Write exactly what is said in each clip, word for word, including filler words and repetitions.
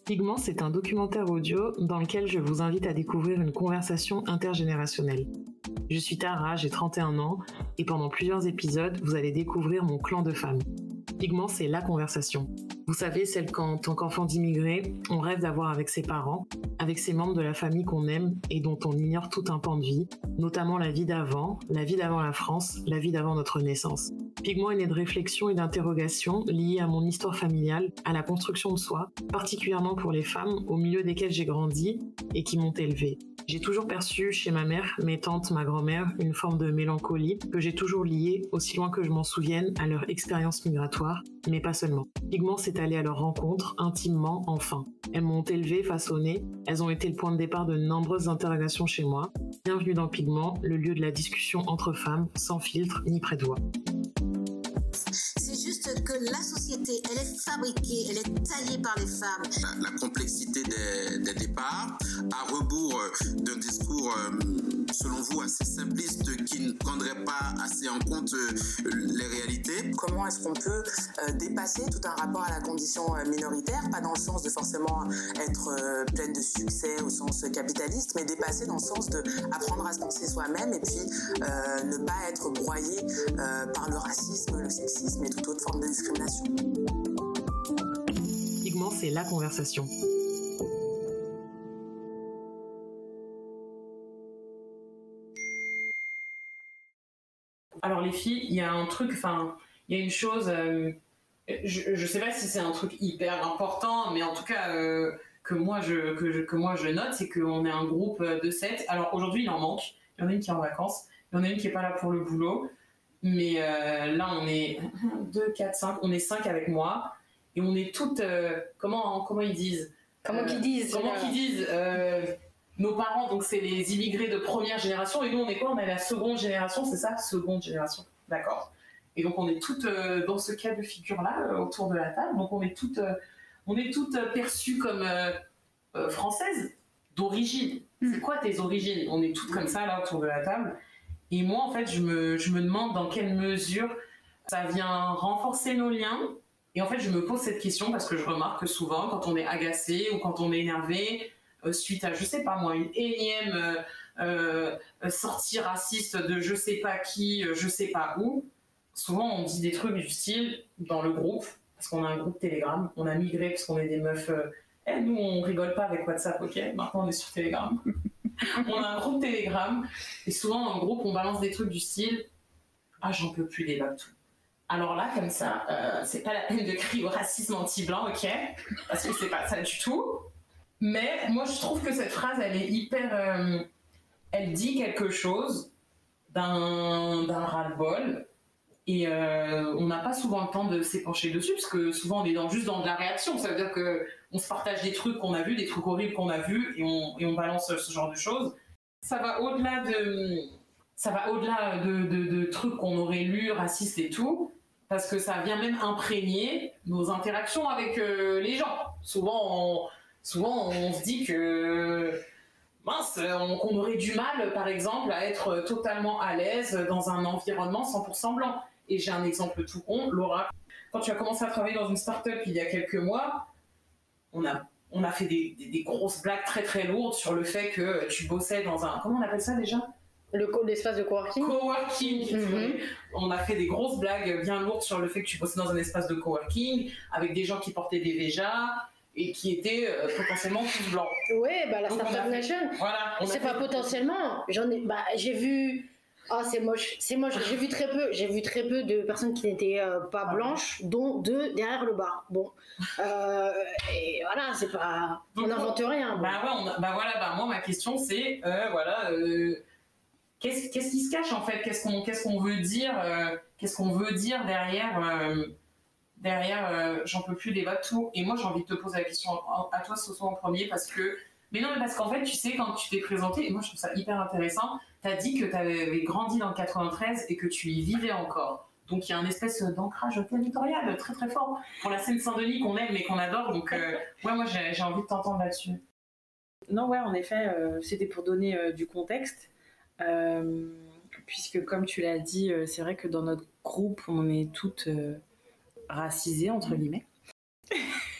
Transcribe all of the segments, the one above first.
Pigment, c'est un documentaire audio dans lequel je vous invite à découvrir une conversation intergénérationnelle. Je suis Tara, j'ai trente et un ans, et pendant plusieurs épisodes, vous allez découvrir mon clan de femmes. Pigment, c'est la conversation. Vous savez, celle qu'en tant qu'enfant d'immigrés, on rêve d'avoir avec ses parents, avec ces membres de la famille qu'on aime et dont on ignore tout un pan de vie, notamment la vie d'avant, la vie d'avant la France, la vie d'avant notre naissance. Pigment est né de réflexions et d'interrogations liées à mon histoire familiale, à la construction de soi, particulièrement pour les femmes au milieu desquelles j'ai grandi et qui m'ont élevée. J'ai toujours perçu chez ma mère, mes tantes, ma grand-mère, une forme de mélancolie que j'ai toujours liée, aussi loin que je m'en souvienne, à leur expérience migratoire, mais pas seulement. Pigment s'est allé à leur rencontre, intimement, enfin. Elles m'ont élevée, façonnée, elles ont été le point de départ de nombreuses interrogations chez moi. Bienvenue dans Pigment, le lieu de la discussion entre femmes, sans filtre ni près de voix. C'est juste que la société, elle est fabriquée, elle est taillée par les femmes. La, la complexité des, des départs, à rebours d'un discours, euh, selon vous, assez simpliste qui ne prendrait pas assez en compte euh, les réalités. Comment est-ce qu'on peut euh, dépasser tout un rapport à la condition euh, minoritaire, pas dans le sens de forcément être euh, pleine de succès au sens capitaliste, mais dépasser dans le sens d'apprendre à se penser soi-même et puis euh, ne pas être broyé euh, par le racisme, le sexisme et toute autre forme de discrimination. Pigment, c'est la conversation. Alors les filles, il y a un truc, enfin, il y a une chose, euh, je, je sais pas si c'est un truc hyper important, mais en tout cas euh, que moi je que, je que moi je note, c'est qu'on est un groupe de sept. Alors aujourd'hui il en manque, il y en a une qui est en vacances, il y en a une qui est pas là pour le boulot. Mais euh, là, on est deux, quatre, cinq, on est cinq avec moi. Et on est toutes... Euh, comment, comment ils disent Comment euh, qu'ils disent Comment qu'ils disent euh, Nos parents, donc c'est les immigrés de première génération. Et nous, on est quoi? On est la seconde génération, c'est ça? Seconde génération. D'accord. Et donc, on est toutes euh, dans ce cas de figure-là, euh, autour de la table. Donc, on est toutes, euh, on est toutes perçues comme euh, euh, françaises d'origine. Mm. C'est quoi tes origines? On est toutes comme ça, là, autour de la table. Et moi, en fait, je me, je me demande dans quelle mesure ça vient renforcer nos liens. Et en fait, je me pose cette question parce que je remarque que souvent, quand on est agacé ou quand on est énervé, euh, suite à, je sais pas moi, une énième euh, euh, sortie raciste de je sais pas qui, euh, je sais pas où, souvent on dit des trucs du style dans le groupe, parce qu'on a un groupe Telegram, on a migré parce qu'on est des meufs... Euh, eh, nous, on rigole pas avec WhatsApp, ok? Maintenant, on est sur Telegram. On a un groupe Telegram, et souvent dans le groupe, on balance des trucs du style « Ah, j'en peux plus des babtous ». Alors là, comme ça, euh, c'est pas la peine de crier au racisme anti-blanc, ok? Parce que c'est pas ça du tout. Mais moi, je trouve que cette phrase, elle est hyper... Euh, elle dit quelque chose d'un, d'un ras-le-bol, et euh, on n'a pas souvent le temps de s'épancher dessus, parce que souvent, on est dans, juste dans de la réaction. Ça veut dire que on se partage des trucs qu'on a vus, des trucs horribles qu'on a vus, et on, et on balance ce genre de choses. Ça va au-delà de, ça va au-delà de, de, de trucs qu'on aurait lus, racistes et tout, parce que ça vient même imprégner nos interactions avec euh, les gens. Souvent, on, souvent, on se dit que mince, on, qu'on aurait du mal, par exemple, à être totalement à l'aise dans un environnement cent pour cent blanc. Et j'ai un exemple tout con, Laura. Quand tu as commencé à travailler dans une start-up il y a quelques mois, on a, on a fait des, des, des grosses blagues très très lourdes sur le fait que tu bossais dans un... Comment on appelle ça déjà? Le co- l'espace de coworking. Coworking. Mm-hmm. On a fait des grosses blagues bien lourdes sur le fait que tu bossais dans un espace de coworking avec des gens qui portaient des véjas et qui étaient euh, potentiellement tous blancs. Oui, bah la Donc, Startup fait... Nation. Voilà. C'est fait... pas potentiellement. J'en ai... Bah, j'ai vu... Ah, c'est moche, c'est moche. J'ai vu très peu, j'ai vu très peu de personnes qui n'étaient euh, pas blanches, dont deux derrière le bar. Bon, euh, et voilà, c'est pas, on n'invente rien. Bon. Bah ouais, on a... bah voilà, bah moi ma question c'est, euh, voilà, euh, qu'est-ce, qu'est-ce qui se cache en fait, qu'est-ce qu'on, qu'est-ce qu'on veut dire, euh, qu'est-ce qu'on veut dire derrière, euh, derrière, euh, j'en peux plus des batous. Et moi j'ai envie de te poser la question à toi, Soso, en premier, parce que. Mais non, mais parce qu'en fait, tu sais, quand tu t'es présenté, et moi je trouve ça hyper intéressant, t'as dit que t'avais grandi dans le quatre-vingt-treize et que tu y vivais encore. Donc il y a un espèce d'ancrage territorial très très fort pour la Seine-Saint-Denis qu'on aime et qu'on adore. Donc euh, ouais, moi j'ai, j'ai envie de t'entendre là-dessus. Non, ouais, en effet, euh, c'était pour donner euh, du contexte. Euh, puisque comme tu l'as dit, euh, c'est vrai que dans notre groupe, on est toutes euh, racisées, entre guillemets.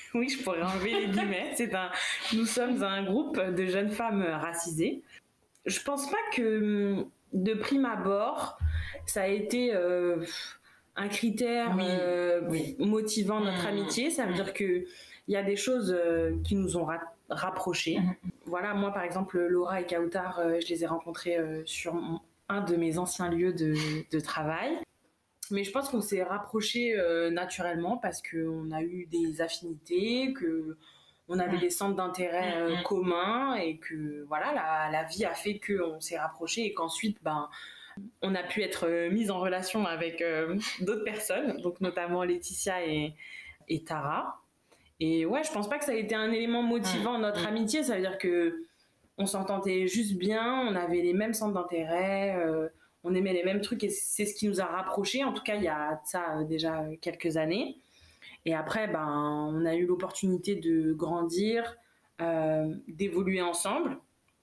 oui, je pourrais enlever les guillemets. C'est un, nous sommes un groupe de jeunes femmes racisées. Je pense pas que de prime abord, ça a été euh, un critère oui, euh, oui. motivant notre mmh. amitié. Ça veut mmh. dire que il y a des choses euh, qui nous ont ra- rapprochés. Mmh. Voilà, moi par exemple, Laura et Kautar, euh, je les ai rencontrés euh, sur mon, un de mes anciens lieux de, de travail. Mais je pense qu'on s'est rapprochés euh, naturellement parce qu'on a eu des affinités, qu'on avait mmh. des centres d'intérêt euh, mmh. communs et que voilà, la, la vie a fait qu'on s'est rapprochés et qu'ensuite, ben, on a pu être euh, mis en relation avec euh, d'autres personnes, donc notamment Laetitia et, et Tara. Et ouais, je pense pas que ça a été un élément motivant mmh. notre mmh. amitié. Ça veut dire que on s'entendait juste bien, on avait les mêmes centres d'intérêt, euh, on aimait les mêmes trucs et c'est ce qui nous a rapprochés. En tout cas, il y a ça euh, déjà quelques années. Et après, ben, on a eu l'opportunité de grandir, euh, d'évoluer ensemble,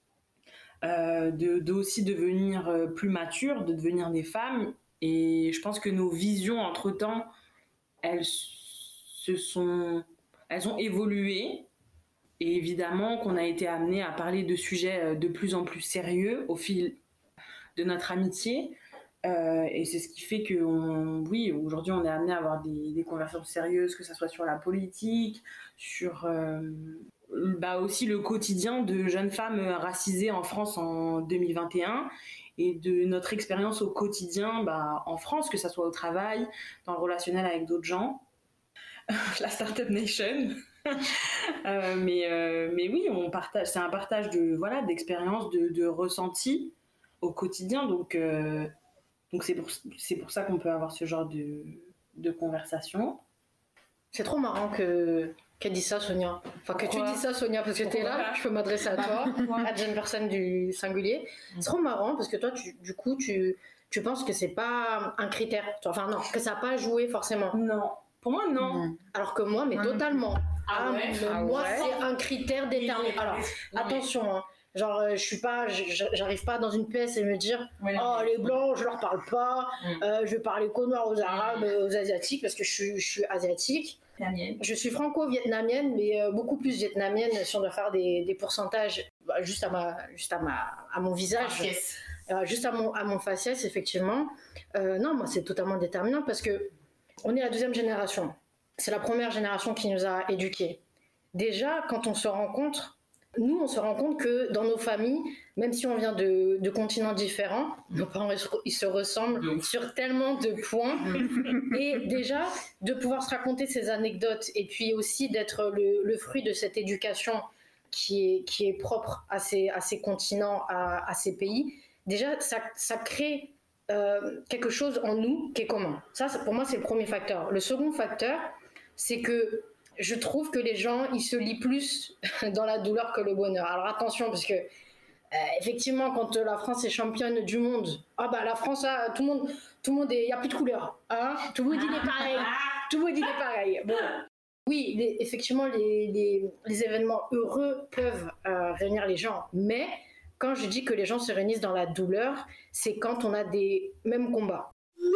euh, de, de aussi devenir plus matures, de devenir des femmes. Et je pense que nos visions, entre-temps, elles se sont... elles ont évolué. Et évidemment qu'on a été amené à parler de sujets de plus en plus sérieux au fil de notre amitié. Euh, et c'est ce qui fait que, on, oui, aujourd'hui, on est amené à avoir des, des conversations sérieuses, que ce soit sur la politique, sur euh, bah aussi le quotidien de jeunes femmes racisées en France en deux mille vingt et un et de notre expérience au quotidien bah, en France, que ce soit au travail, dans le relationnel avec d'autres gens. La Startup Nation. euh, mais, euh, mais oui, on partage, c'est un partage de, voilà, d'expériences, de, de ressentis au quotidien. Donc, euh, donc c'est, pour, c'est pour ça qu'on peut avoir ce genre de, de conversation. C'est trop marrant que, qu'elle dise ça, Sonia. Enfin, que Pourquoi? tu dis ça, Sonia, parce que t'es là, je peux m'adresser à toi, à deuxième personne du singulier. C'est trop marrant parce que toi, tu, du coup, tu, tu penses que c'est pas un critère. Enfin, non, que ça n'a pas joué forcément. Non. Pour moi, non. Mmh. Alors que moi, mais mmh. totalement. Ah ouais, ah, moi, ouais. c'est un critère déterminant. Alors, non, attention, mais... hein. Genre, euh, je suis pas, j'arrive pas dans une pièce et me dire, ouais, oh, les blancs, je leur parle pas, mmh. euh, je vais parler qu'aux noirs, aux arabes, mmh. aux asiatiques, parce que je suis, je suis asiatique. Vietnamienne. Je suis franco-vietnamienne, mais euh, beaucoup plus vietnamienne si on doit faire des, des pourcentages, bah, juste à ma, juste à ma, à mon visage. Yes. Euh, juste à mon, à mon faciès, effectivement. Euh, non, moi, c'est totalement déterminant parce que on est la deuxième génération. C'est la première génération qui nous a éduqués. Déjà, quand on se rencontre, nous, on se rend compte que dans nos familles, même si on vient de, de continents différents, nos parents, ils se ressemblent sur tellement de points. Et déjà, de pouvoir se raconter ces anecdotes et puis aussi d'être le, le fruit de cette éducation qui est, qui est propre à ces, à ces continents, à, à ces pays, déjà, ça, ça crée... Euh, quelque chose en nous qui est commun. Ça, pour moi, c'est le premier facteur. Le second facteur, c'est que je trouve que les gens, ils se lient plus dans la douleur que le bonheur. Alors attention, parce que euh, effectivement, quand la France est championne du monde, ah bah la France, ah, tout le monde, tout le monde est, il y a plus de couleur, hein, tout le monde il est pareil, tout le monde il est pareil. Bon, oui, les, effectivement, les, les, les événements heureux peuvent euh, réunir les gens, mais quand je dis que les gens se réunissent dans la douleur, c'est quand on a des mêmes combats.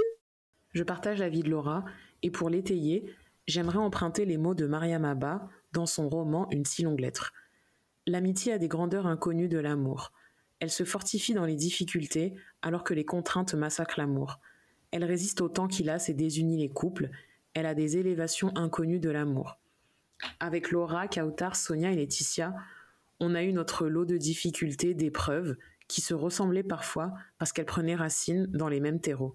Je partage l'avis de Laura, et pour l'étayer, j'aimerais emprunter les mots de Mariam Abba dans son roman Une si longue lettre. L'amitié a des grandeurs inconnues de l'amour. Elle se fortifie dans les difficultés, alors que les contraintes massacrent l'amour. Elle résiste au temps qui lasse et désunit les couples. Elle a des élévations inconnues de l'amour. Avec Laura, Kautar, Sonia et Laetitia, on a eu notre lot de difficultés, d'épreuves, qui se ressemblaient parfois parce qu'elles prenaient racine dans les mêmes terreaux.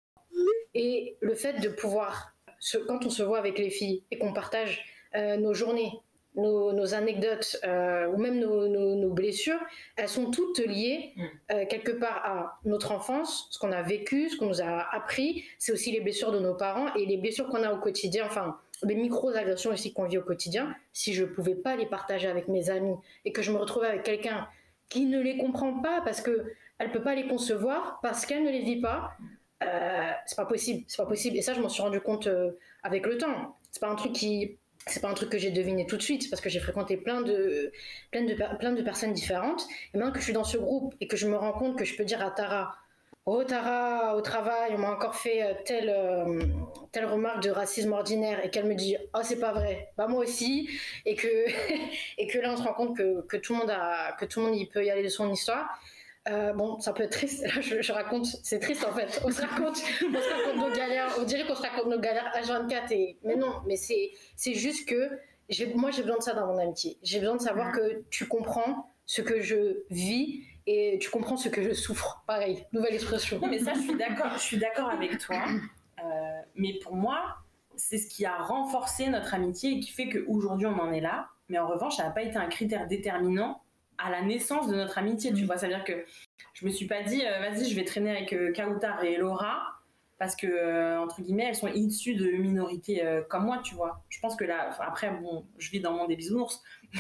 Et le fait de pouvoir, se, quand on se voit avec les filles et qu'on partage euh, nos journées, nos, nos anecdotes euh, ou même nos, nos, nos blessures, elles sont toutes liées euh, quelque part à notre enfance, ce qu'on a vécu, ce qu'on nous a appris. C'est aussi les blessures de nos parents et les blessures qu'on a au quotidien, enfin les micro-agressions aussi qu'on vit au quotidien. Si je ne pouvais pas les partager avec mes amis et que je me retrouvais avec quelqu'un qui ne les comprend pas parce qu'elle ne peut pas les concevoir, parce qu'elle ne les vit pas, euh, c'est pas possible, c'est pas possible. Et ça, je m'en suis rendu compte euh, avec le temps. C'est pas un truc qui... C'est pas un truc que j'ai deviné tout de suite, parce que j'ai fréquenté plein de, plein de, plein de personnes différentes. Et maintenant que je suis dans ce groupe et que je me rends compte que je peux dire à Tara, Oh Tara, au travail, on m'a encore fait euh, telle, euh, telle remarque de racisme ordinaire et qu'elle me dit oh c'est pas vrai, bah moi aussi et que et que là on se rend compte que, que tout le monde a que tout le monde il peut y aller de son histoire. Euh, bon, ça peut être triste. Là, je, je raconte, c'est triste en fait. On se raconte, on se raconte nos galères. On dirait qu'on se raconte nos galères H vingt-quatre et mais non, mais c'est c'est juste que j'ai, moi j'ai besoin de ça dans mon amitié. J'ai besoin de savoir que tu comprends ce que je vis. Et tu comprends ce que je souffre. Pareil, nouvelle expression. Non, mais ça, je suis d'accord, je suis d'accord avec toi. Euh, mais pour moi, c'est ce qui a renforcé notre amitié et qui fait qu'aujourd'hui, on en est là. Mais en revanche, ça n'a pas été un critère déterminant à la naissance de notre amitié. Mmh. Tu vois, ça veut dire que je me suis pas dit, euh, vas-y, je vais traîner avec euh, Kautar et Laura parce que, euh, entre guillemets, elles sont issues de minorités euh, comme moi, tu vois. Je pense que là, après, bon, je vis dans le monde des bisounours.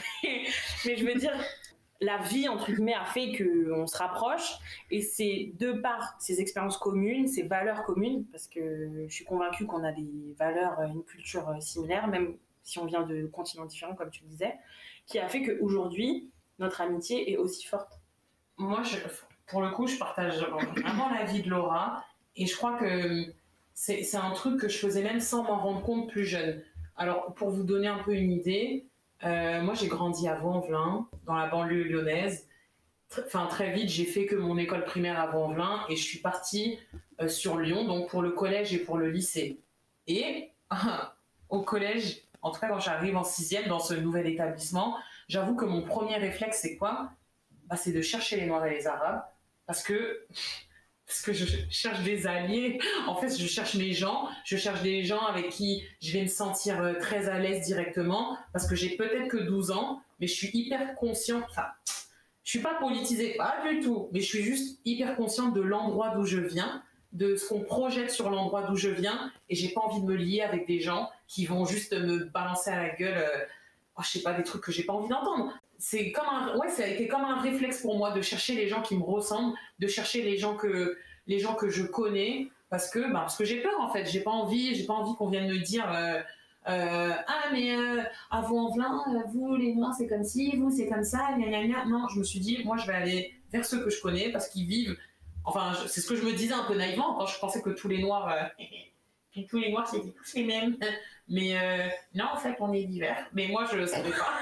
Mais je veux dire... La vie, entre guillemets, a fait qu'on se rapproche et c'est de par ces expériences communes, ces valeurs communes, parce que je suis convaincue qu'on a des valeurs, une culture similaire, même si on vient de continents différents, comme tu le disais, qui a fait qu'aujourd'hui, notre amitié est aussi forte. Moi, je, pour le coup, je partage vraiment l'avis de Laura et je crois que c'est, c'est un truc que je faisais même sans m'en rendre compte plus jeune. Alors, pour vous donner un peu une idée... Euh, moi, j'ai grandi à Vaux-en-Velin, dans la banlieue lyonnaise. Enfin, très vite, j'ai fait que mon école primaire à Vaux-en-Velin et je suis partie euh, sur Lyon, donc pour le collège et pour le lycée. Et euh, au collège, en tout cas quand j'arrive en sixième dans ce nouvel établissement, j'avoue que mon premier réflexe, c'est quoi ? Bah, c'est de chercher les Noirs et les Arabes, parce que... parce que je cherche des alliés. En fait, je cherche mes gens. Je cherche des gens avec qui je vais me sentir très à l'aise directement parce que j'ai peut-être que douze ans, mais je suis hyper consciente. Enfin, je suis pas politisée, pas du tout, mais je suis juste hyper consciente de l'endroit d'où je viens, de ce qu'on projette sur l'endroit d'où je viens, et j'ai pas envie de me lier avec des gens qui vont juste me balancer à la gueule, euh, oh, je sais pas, des trucs que j'ai pas envie d'entendre. C'est comme un, ouais, ça a été comme un réflexe pour moi de chercher les gens qui me ressemblent, de chercher les gens que, les gens que je connais, parce que, bah, parce que j'ai peur en fait, j'ai pas envie, j'ai pas envie qu'on vienne me dire, euh, euh, ah mais euh, à Vaux-en-Velin, vous les Noirs c'est comme ci, vous c'est comme ça, gna gna gna. Non, je me suis dit, moi je vais aller vers ceux que je connais parce qu'ils vivent. Enfin, je, c'est ce que je me disais un peu naïvement quand je pensais que tous les Noirs, euh, tous les Noirs c'était tous les mêmes. Mais euh, non, en fait, on est divers. Mais moi, je savais pas.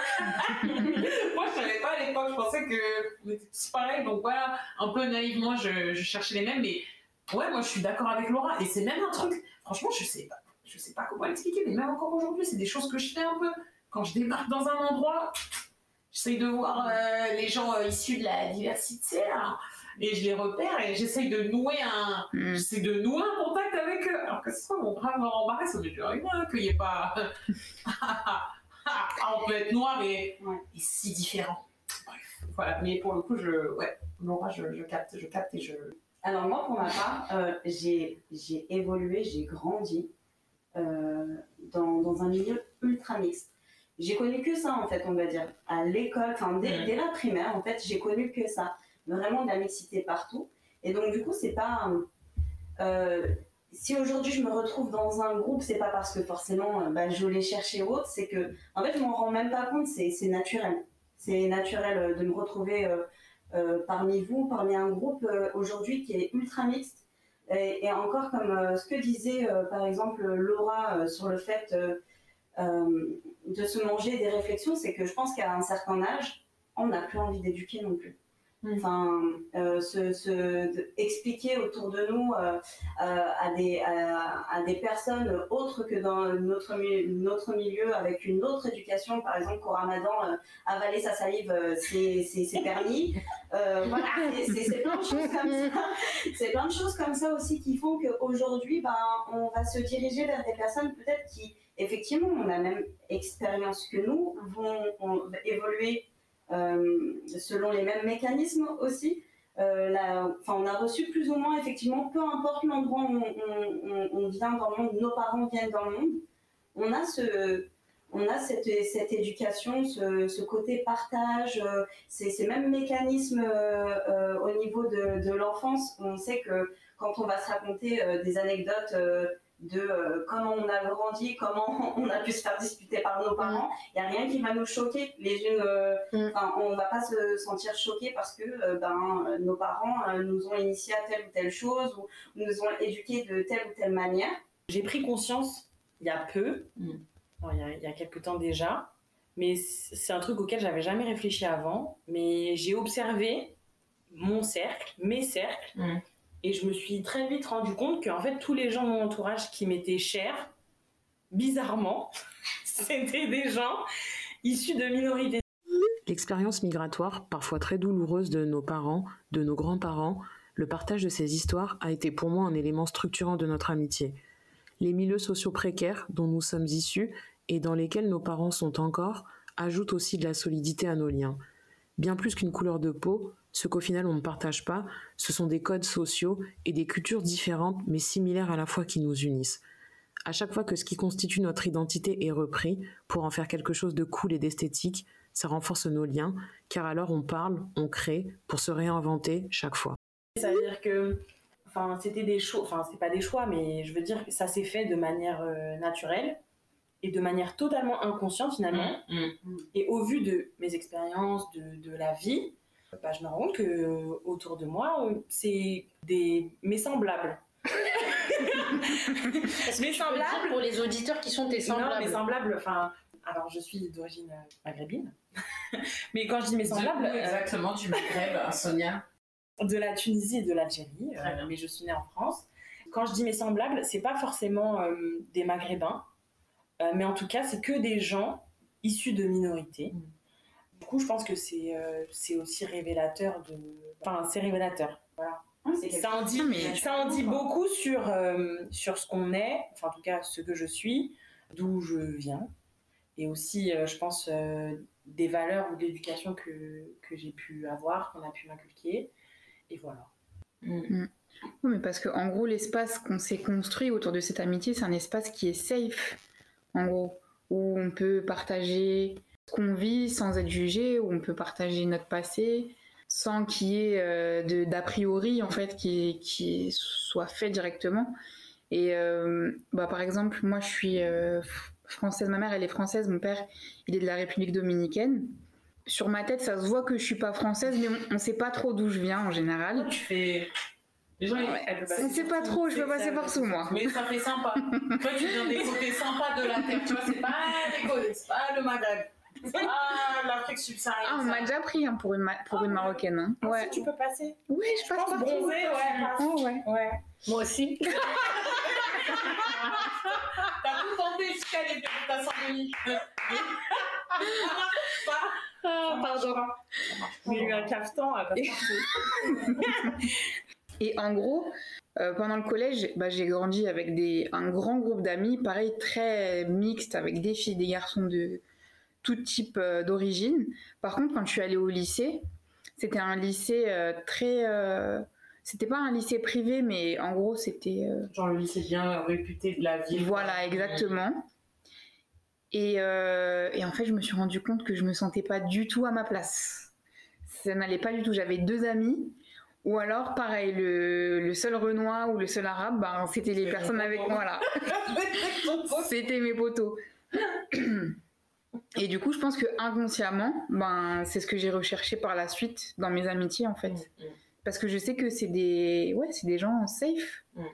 Moi, je savais pas à l'époque. Je pensais que c'est pareil. Donc voilà, un peu naïvement, je, je cherchais les mêmes. Mais ouais, moi, je suis d'accord avec Laura. Et c'est même un truc. Franchement, je sais pas. Je sais pas comment l'expliquer. Mais même encore aujourd'hui, c'est des choses que je fais un peu. Quand je débarque dans un endroit, j'essaye de voir euh, les gens euh, issus de la diversité là. Et je les repère et j'essaye de nouer un, mmh. j'essaie de nouer un contact avec eux. Alors que ce soit mon brave Laurent Barré, ça ne peut rien, qu'il n'y ait pas. On peut être noir et, ouais. et si différent. Bref, voilà. Mais pour le coup, je, ouais, Laura, je, je capte, je capte et je. Alors moi, pour ma part, euh, j'ai, j'ai évolué, j'ai grandi euh, dans, dans un milieu ultra mixte. J'ai connu que ça, en fait, on va dire. À l'école, enfin, dès, mmh. dès la primaire, en fait, j'ai connu que ça. Vraiment de la mixité partout. Et donc, du coup, c'est pas... Euh, si aujourd'hui, je me retrouve dans un groupe, c'est pas parce que forcément, bah, je l'ai cherché ou autre, c'est que, en fait, je m'en rends même pas compte, c'est, c'est naturel. C'est naturel de me retrouver euh, euh, parmi vous, parmi un groupe euh, aujourd'hui qui est ultra mixte. Et, et encore, comme euh, ce que disait, euh, par exemple, Laura euh, sur le fait euh, euh, de se manger des réflexions, c'est que je pense qu'à un certain âge, on n'a plus envie d'éduquer non plus. Enfin, euh, se, se, de, expliquer autour de nous euh, euh, à, des, à, à des personnes autres que dans notre, notre milieu, avec une autre éducation, par exemple qu'au Ramadan, euh, avaler sa salive, euh, c'est, c'est, c'est permis. Euh, voilà, c'est, c'est, c'est plein de choses comme ça. C'est plein de choses comme ça aussi qui font qu'aujourd'hui, ben, on va se diriger vers des personnes peut-être qui, effectivement, ont la même expérience que nous, vont, vont évoluer Euh, selon les mêmes mécanismes aussi. Euh, la, on a reçu plus ou moins, effectivement, peu importe l'endroit où on, on, on vient dans le monde, nos parents viennent dans le monde, on a, ce, on a cette, cette éducation, ce, ce côté partage, euh, ces, ces mêmes mécanismes euh, euh, au niveau de, de l'enfance. On sait que quand on va se raconter euh, des anecdotes euh, de euh, comment on a grandi, comment on a pu se faire disputer par nos parents. Il n'y a rien qui va nous choquer. Les unes, euh, mm. on ne va pas se sentir choqués parce que euh, ben, nos parents euh, nous ont initiés à telle ou telle chose ou nous ont éduqués de telle ou telle manière. J'ai pris conscience il y a peu, mm. bon, il, y a, il y a quelques temps déjà, mais c'est un truc auquel j'avais jamais réfléchi avant, mais j'ai observé mon cercle, mes cercles, mm. et je me suis très vite rendu compte qu'en fait tous les gens de mon entourage qui m'étaient chers, bizarrement, c'était des gens issus de minorités. L'expérience migratoire, parfois très douloureuse de nos parents, de nos grands-parents, le partage de ces histoires a été pour moi un élément structurant de notre amitié. Les milieux sociaux précaires dont nous sommes issus et dans lesquels nos parents sont encore ajoutent aussi de la solidité à nos liens. Bien plus qu'une couleur de peau, ce qu'au final on ne partage pas, ce sont des codes sociaux et des cultures différentes mais similaires à la fois qui nous unissent. À chaque fois que ce qui constitue notre identité est repris pour en faire quelque chose de cool et d'esthétique, ça renforce nos liens, car alors on parle, on crée pour se réinventer chaque fois. Ça veut dire que enfin, c'était des choix, enfin c'est pas des choix, mais je veux dire que ça s'est fait de manière euh, naturelle et de manière totalement inconsciente finalement. Mmh, mmh. Et au vu de mes expériences, de, de la vie, bah, je me rends compte que autour de moi, c'est des mes semblables. Mes semblables pour les auditeurs qui sont tes semblables. Non, mes semblables, enfin, alors je suis d'origine maghrébine, mais quand je dis mes semblables, euh, exactement du Maghreb, Sonia. De la Tunisie et de l'Algérie, euh, mais je suis née en France. Quand je dis mes semblables, c'est pas forcément euh, des Maghrébins, euh, mais en tout cas, c'est que des gens issus de minorités. Mmh. Du coup, je pense que c'est euh, c'est aussi révélateur de, enfin, c'est révélateur. Voilà. Ah, c'est ça en dit, mais ça en dit beaucoup sur euh, sur ce qu'on est, enfin en tout cas ce que je suis, d'où je viens, et aussi, euh, je pense, euh, des valeurs ou de l'éducation que que j'ai pu avoir, qu'on a pu m'inculquer. Et voilà. Mmh. Oui, mais parce qu'en gros, l'espace qu'on s'est construit autour de cette amitié, c'est un espace qui est safe, en gros, où on peut partager ce qu'on vit sans être jugé, où on peut partager notre passé, sans qu'il y ait euh, de, d'a priori, en fait, qui, qui soit fait directement. Et euh, bah, par exemple, moi, je suis euh, française, ma mère, elle est française, mon père, il est de la République dominicaine. Sur ma tête, ça se voit que je suis pas française, mais on, on sait pas trop d'où je viens en général. Tu fais... Les gens, ouais, elles on sait pas trop, je peux passer par sous moi. Mais ça fait sympa. Toi, tu viens des côtés sympas de la terre, tu vois, c'est pas les côtés, c'est pas le Maghreb. C'est pas l'Afrique subsaharienne. Ah, on m'a déjà pris hein, pour une, ma- pour ah, une Marocaine. Hein. Ah, ouais. Si tu peux passer. Oui, je, je passe par bronzer, ouais. Oh, ouais. ouais. Moi aussi. T'as tout tenté jusqu'à les de ta Saint-Denis. Ça marche pas. Ah, pardon. J'ai eu un cafetan à passer. Et en gros, euh, pendant le collège, bah, j'ai grandi avec des, un grand groupe d'amis, pareil, très mixte, avec des filles, des garçons de tout type euh, d'origine. Par contre, quand je suis allée au lycée, c'était un lycée euh, très... Euh, c'était pas un lycée privé, mais en gros, c'était... Euh, genre le lycée bien réputé de la ville. Voilà, exactement. Et, euh, et en fait, je me suis rendu compte que je me sentais pas du tout à ma place. Ça n'allait pas du tout. J'avais deux amis, ou alors, pareil, le, le seul Renoir ou le seul Arabe, ben, c'était les c'est personnes avec moi. Voilà. C'était mes potos. Et du coup, je pense que inconsciemment, ben, c'est ce que j'ai recherché par la suite dans mes amitiés, en fait. Mmh. Parce que je sais que c'est des, ouais, c'est des gens safe. Mmh.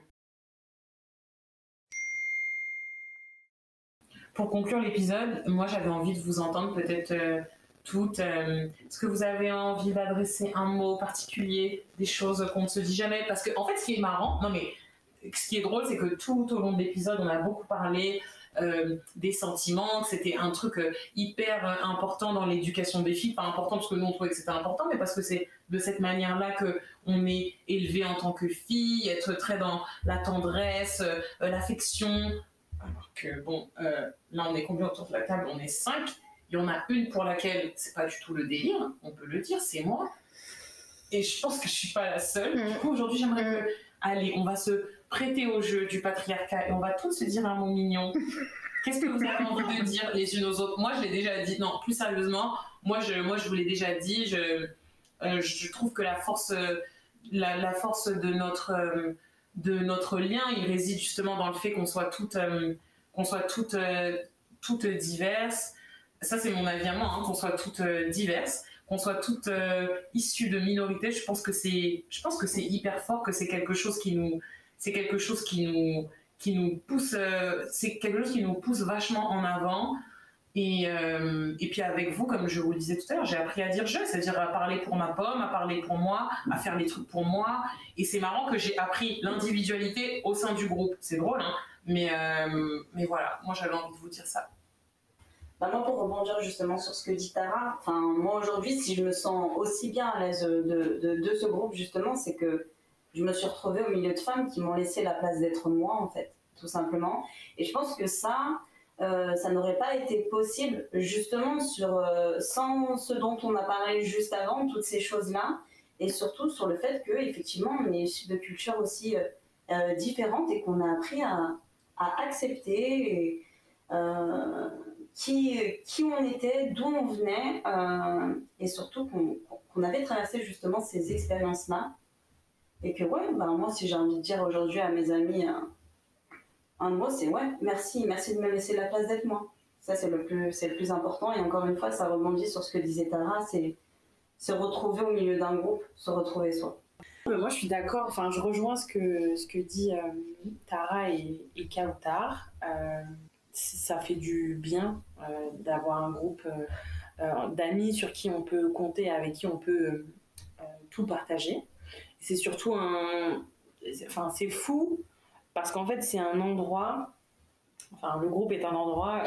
Pour conclure l'épisode, moi j'avais envie de vous entendre peut-être euh, toutes. Euh, est-ce que vous avez envie d'adresser un mot particulier, des choses qu'on ne se dit jamais? Parce que en fait, ce qui est marrant, non mais ce qui est drôle, c'est que tout au long de l'épisode, on a beaucoup parlé euh, des sentiments, que c'était un truc euh, hyper euh, important dans l'éducation des filles. Pas important parce que nous on trouvait que c'était important, mais parce que c'est de cette manière-là que on est élevé en tant que fille, être très dans la tendresse, euh, l'affection. Alors que bon, euh, là on est combien autour de la table? On est cinq. Il y en a une pour laquelle c'est pas du tout le délire, on peut le dire, c'est moi. Et je pense que je suis pas la seule. Mmh. Du coup aujourd'hui j'aimerais mmh. que, allez, on va se prêter au jeu du patriarcat et on va tous se dire un mot mignon. Qu'est-ce que vous avez envie de dire les unes aux autres? Moi je l'ai déjà dit, non plus sérieusement, moi je, moi, je vous l'ai déjà dit, je, euh, je trouve que la force, la, la force de notre... Euh, de notre lien, il réside justement dans le fait qu'on soit toutes, euh, qu'on soit toutes, euh, toutes diverses. Ça, c'est mon avis à moi, hein, qu'on soit toutes euh, diverses, qu'on soit toutes euh, issues de minorités. Je pense que c'est, je pense que c'est hyper fort, que c'est quelque chose qui nous, c'est quelque chose qui nous, qui nous pousse, euh, c'est quelque chose qui nous pousse vachement en avant. Et, euh, et puis avec vous, comme je vous le disais tout à l'heure, j'ai appris à dire je, c'est-à-dire à parler pour ma pomme, à parler pour moi, à faire les trucs pour moi. Et c'est marrant que j'ai appris l'individualité au sein du groupe. C'est drôle, hein, mais, euh, mais voilà, moi j'avais envie de vous dire ça. Bah moi, pour rebondir justement sur ce que dit Tara, enfin, moi aujourd'hui, si je me sens aussi bien à l'aise de, de, de ce groupe, justement, c'est que je me suis retrouvée au milieu de femmes qui m'ont laissé la place d'être moi, en fait, tout simplement. Et je pense que ça, euh, ça n'aurait pas été possible, justement, sur, euh, sans ce dont on a parlé juste avant, toutes ces choses-là, et surtout sur le fait qu'effectivement, on est issus de cultures aussi euh, différentes et qu'on a appris à, à accepter et, euh, Qui, qui on était, d'où on venait, euh, et surtout qu'on, qu'on avait traversé justement ces expériences-là. Et que, ouais, bah, moi, si j'ai envie de dire aujourd'hui à mes amis un, un mot, c'est ouais, merci, merci de me laisser la place d'être moi. Ça, c'est le plus, c'est le plus important. Et encore une fois, ça rebondit sur ce que disait Tara, c'est se retrouver au milieu d'un groupe, se retrouver soi. Moi, je suis d'accord, enfin, je rejoins ce que, ce que dit euh, Tara et, et Kautar. Euh, ça fait du bien euh, d'avoir un groupe euh, euh, d'amis sur qui on peut compter, avec qui on peut euh, tout partager. C'est surtout un... Enfin, c'est fou, parce qu'en fait, c'est un endroit... Enfin, le groupe est un endroit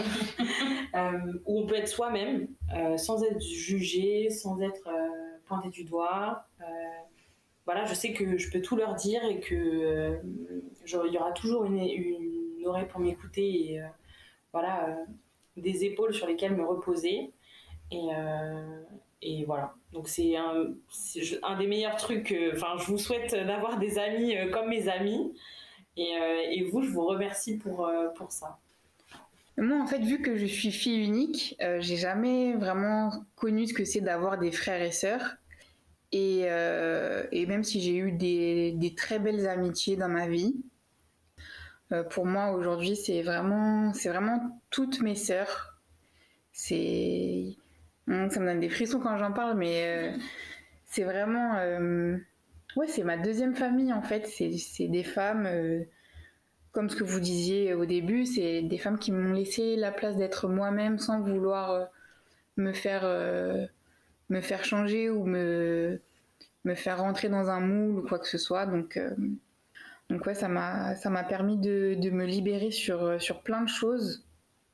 euh, où on peut être soi-même, euh, sans être jugé, sans être euh, pointé du doigt. Euh, voilà, je sais que je peux tout leur dire et qu'il euh, y aura toujours une, une oreille pour m'écouter et... Euh, voilà, euh, des épaules sur lesquelles me reposer. Et, euh, et voilà. Donc c'est un, c'est un des meilleurs trucs. Enfin, euh, je vous souhaite d'avoir des amis euh, comme mes amis. Et, euh, et vous, je vous remercie pour, euh, pour ça. Moi, en fait, vu que je suis fille unique, euh, j'ai jamais vraiment connu ce que c'est d'avoir des frères et sœurs. Et, euh, et même si j'ai eu des, des très belles amitiés dans ma vie, pour moi, aujourd'hui, c'est vraiment, c'est vraiment toutes mes sœurs. C'est... Ça me donne des frissons quand j'en parle, mais euh, c'est vraiment... Euh... Ouais, c'est ma deuxième famille, en fait. C'est, c'est des femmes, euh, comme ce que vous disiez au début, c'est des femmes qui m'ont laissé la place d'être moi-même sans vouloir euh, me faire, euh, me faire changer ou me, me faire rentrer dans un moule ou quoi que ce soit. Donc... Euh... Donc ouais, ça m'a, ça m'a permis de, de me libérer sur, sur plein de choses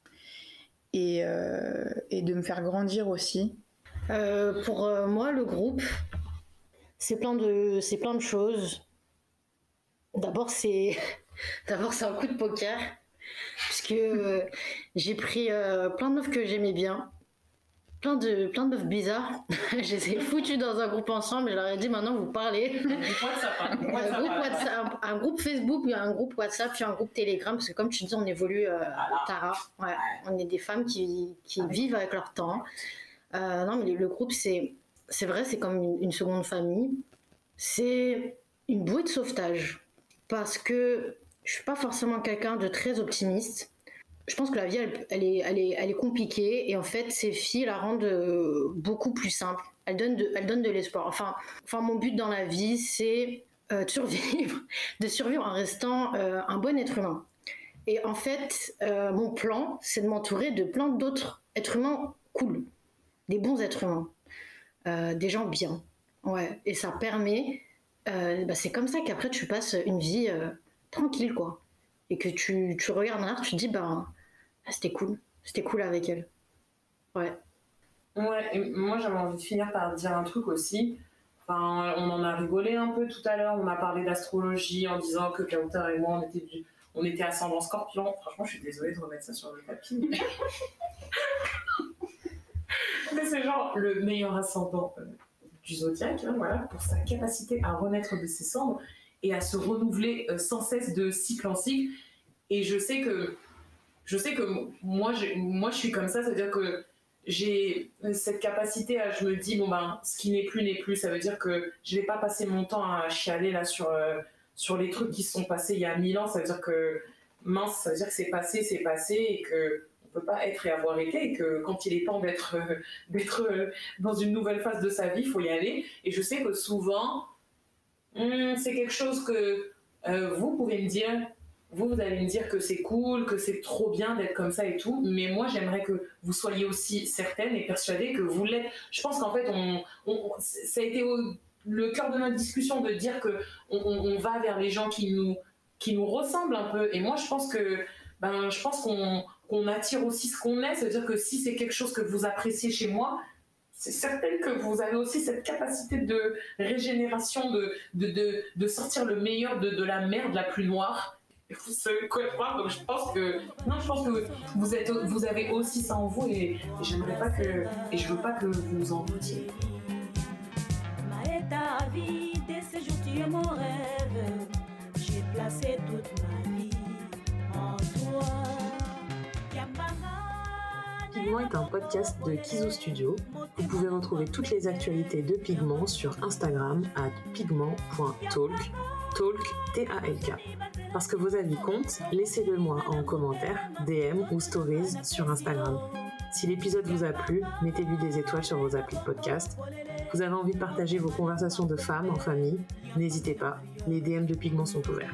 et, euh, et de me faire grandir aussi. Euh, pour euh, moi, le groupe, c'est plein de, c'est plein de choses. D'abord, c'est, d'abord, c'est un coup de poker, puisque euh, j'ai pris euh, plein de meufs que j'aimais bien. Plein de, plein de meufs bizarres. Je les ai foutues dans un groupe ensemble et je leur ai dit maintenant vous parlez. Un groupe WhatsApp, hein. un, WhatsApp, groupe WhatsApp un, un groupe Facebook, puis un groupe WhatsApp, puis un groupe Telegram, parce que comme tu dis, on évolue, euh, Tara. Ouais, on est des femmes qui, qui vivent avec leur temps. Euh, non, mais le groupe, c'est, c'est vrai, c'est comme une, une seconde famille. C'est une bouée de sauvetage. Parce que je suis pas forcément quelqu'un de très optimiste. Je pense que la vie, elle, elle, est, elle, est, elle est compliquée et en fait, ces filles la rendent euh, beaucoup plus simple. Elles donnent de, elles donnent de l'espoir. Enfin, enfin, mon but dans la vie, c'est euh, de survivre, de survivre en restant euh, un bon être humain. Et en fait, euh, mon plan, c'est de m'entourer de plein d'autres êtres humains cool, des bons êtres humains, euh, des gens bien. Ouais. Et ça permet, euh, bah, c'est comme ça qu'après, tu passes une vie euh, tranquille, quoi. Et que tu, tu regardes en arrière, tu te dis, bah, ah, c'était cool, c'était cool avec elle. Ouais. Ouais, et moi j'avais envie de finir par dire un truc aussi. Enfin, on en a rigolé un peu tout à l'heure, on a parlé d'astrologie en disant que Kautar et moi on était, du, on était ascendant scorpion. Franchement, je suis désolée de remettre ça sur le tapis. Mais, mais c'est genre le meilleur ascendant euh, du zodiaque, hein, voilà, pour sa capacité à renaître de ses cendres et à se renouveler euh, sans cesse de cycle en cycle. Et je sais que, je sais que moi, moi je suis comme ça, c'est-à-dire que j'ai cette capacité à, je me dis, bon ben, ce qui n'est plus n'est plus, ça veut dire que je vais pas passer mon temps à chialer là sur, euh, sur les trucs qui se sont passés il y a mille ans, ça veut dire que mince, ça veut dire que c'est passé, c'est passé et que on peut pas être et avoir été, et que quand il est temps d'être euh, d'être euh, dans une nouvelle phase de sa vie, il faut y aller. Et je sais que souvent, hum, c'est quelque chose que euh, vous pouvez me dire, vous, vous allez me dire que c'est cool, que c'est trop bien d'être comme ça et tout, mais moi, j'aimerais que vous soyez aussi certaine et persuadée que vous l'êtes. Je pense qu'en fait, on, on, ça a été au, le cœur de notre discussion de dire que on, on, on va vers les gens qui nous, qui nous ressemblent un peu. Et moi, je pense que ben, je pense qu'on, qu'on attire aussi ce qu'on est. C'est-à-dire que si c'est quelque chose que vous appréciez chez moi, c'est certain que vous avez aussi cette capacité de régénération, de, de, de, de sortir le meilleur de, de la merde la plus noire. Vous savez quoi faire, donc je pense que non, je pense que vous êtes, vous avez aussi ça en vous, et, et j'aimerais pas que, et je veux pas que vous en doutiez. Ta vie, dès ce jour tu es mon rêve. J'ai placé toute ma vie en toi. Pigment est un podcast de Kizu Studio. Vous pouvez retrouver toutes les actualités de Pigment sur Instagram à pigment point talk, talk T A L K. Parce que vos avis comptent, laissez-le moi en commentaire, D M ou stories sur Instagram. Si l'épisode vous a plu, mettez-lui des étoiles sur vos applis de podcast. Vous avez envie de partager vos conversations de femmes en famille, n'hésitez pas, les D M de Pigment sont ouverts.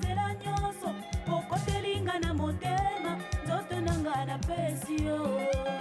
Motema, zote nanga na pesio.